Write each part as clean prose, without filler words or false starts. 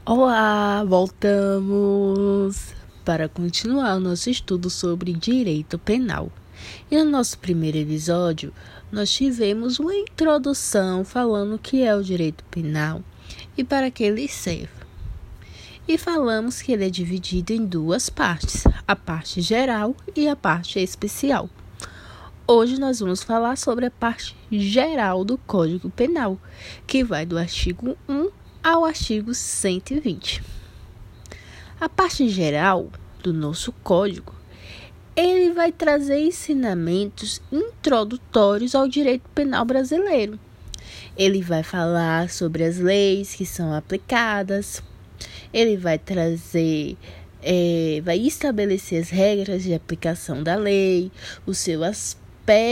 Olá, voltamos para continuar o nosso estudo sobre direito penal. E no nosso primeiro episódio, nós tivemos uma introdução falando o que é o direito penal e para que ele serve. E falamos que ele é dividido em duas partes, a parte geral e a parte especial. Hoje nós vamos falar sobre a parte geral do Código Penal, que vai do artigo 1 ao artigo 120. A parte geral do nosso código, ele vai trazer ensinamentos introdutórios ao direito penal brasileiro. Ele vai falar sobre as leis que são aplicadas, ele vai trazer, vai estabelecer as regras de aplicação da lei, o seu aspecto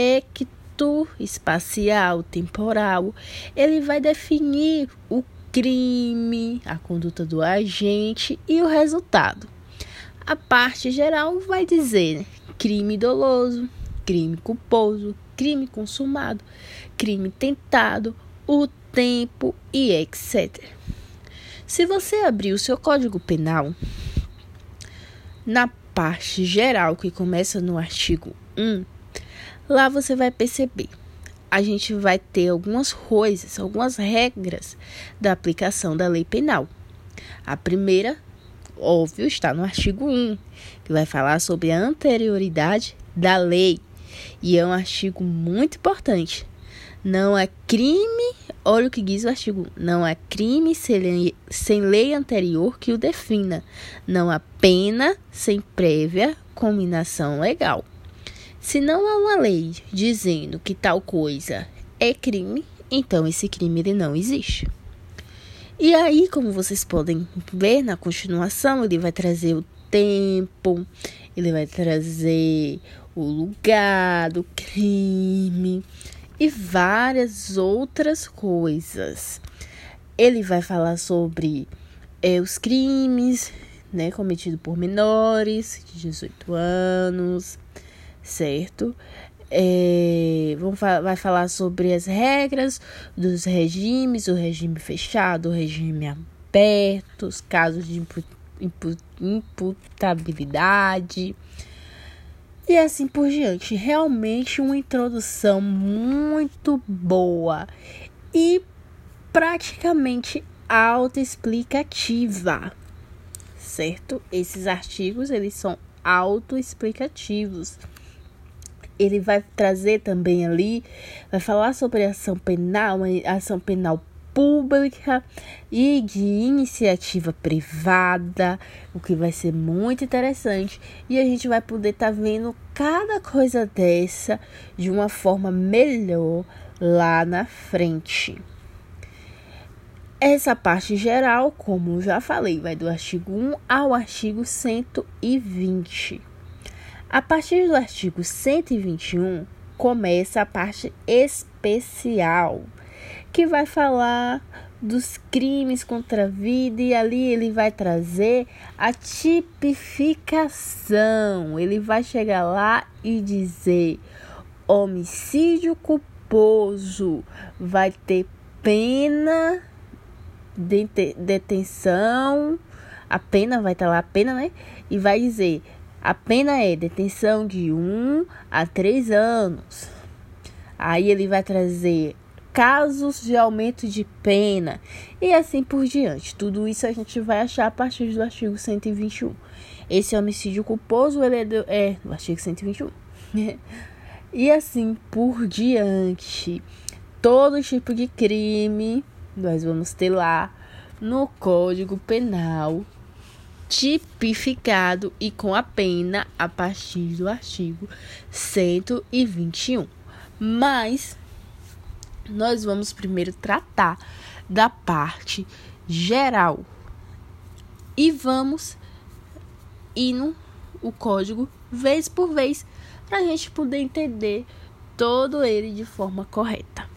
espacial, temporal, ele vai definir o crime, a conduta do agente e o resultado. A parte geral vai dizer crime doloso, crime culposo, crime consumado, crime tentado, o tempo e etc. Se você abrir o seu Código Penal, na parte geral, que começa no artigo 1, lá você vai perceber, a gente vai ter algumas coisas, algumas regras da aplicação da lei penal. A primeira, óbvio, está no artigo 1, que vai falar sobre a anterioridade da lei. E é um artigo muito importante. Não é crime, olha o que diz o artigo 1, não é crime sem lei anterior que o defina. Não há pena sem prévia cominação legal. Se não há uma lei dizendo que tal coisa é crime, então esse crime ele não existe. E aí, como vocês podem ver na continuação, ele vai trazer o tempo, ele vai trazer o lugar do crime e várias outras coisas. Ele vai falar sobre os crimes, cometidos por menores de 18 anos, certo? Vai falar sobre as regras dos regimes, o regime fechado, o regime aberto, os casos de imputabilidade e assim por diante. Realmente uma introdução muito boa e praticamente autoexplicativa, certo? Esses artigos, eles são autoexplicativos. Ele vai trazer também ali, vai falar sobre ação penal pública e de iniciativa privada, o que vai ser muito interessante. E a gente vai poder estar vendo cada coisa dessa de uma forma melhor lá na frente. Essa parte geral, como já falei, vai do artigo 1 ao artigo 120. A partir do artigo 121, começa a parte especial, que vai falar dos crimes contra a vida, e ali ele vai trazer a tipificação. Ele vai chegar lá e dizer: homicídio culposo vai ter pena de detenção, a pena vai estar lá, a pena, e vai dizer: a pena é detenção de 1 a 3 anos. Aí ele vai trazer casos de aumento de pena e assim por diante. Tudo isso a gente vai achar a partir do artigo 121. Esse homicídio culposo, ele é do artigo 121. E assim por diante. Todo tipo de crime nós vamos ter lá no Código Penal, tipificado e com a pena a partir do artigo 121. Mas nós vamos primeiro tratar da parte geral e vamos ir no código vez por vez para a gente poder entender todo ele de forma correta.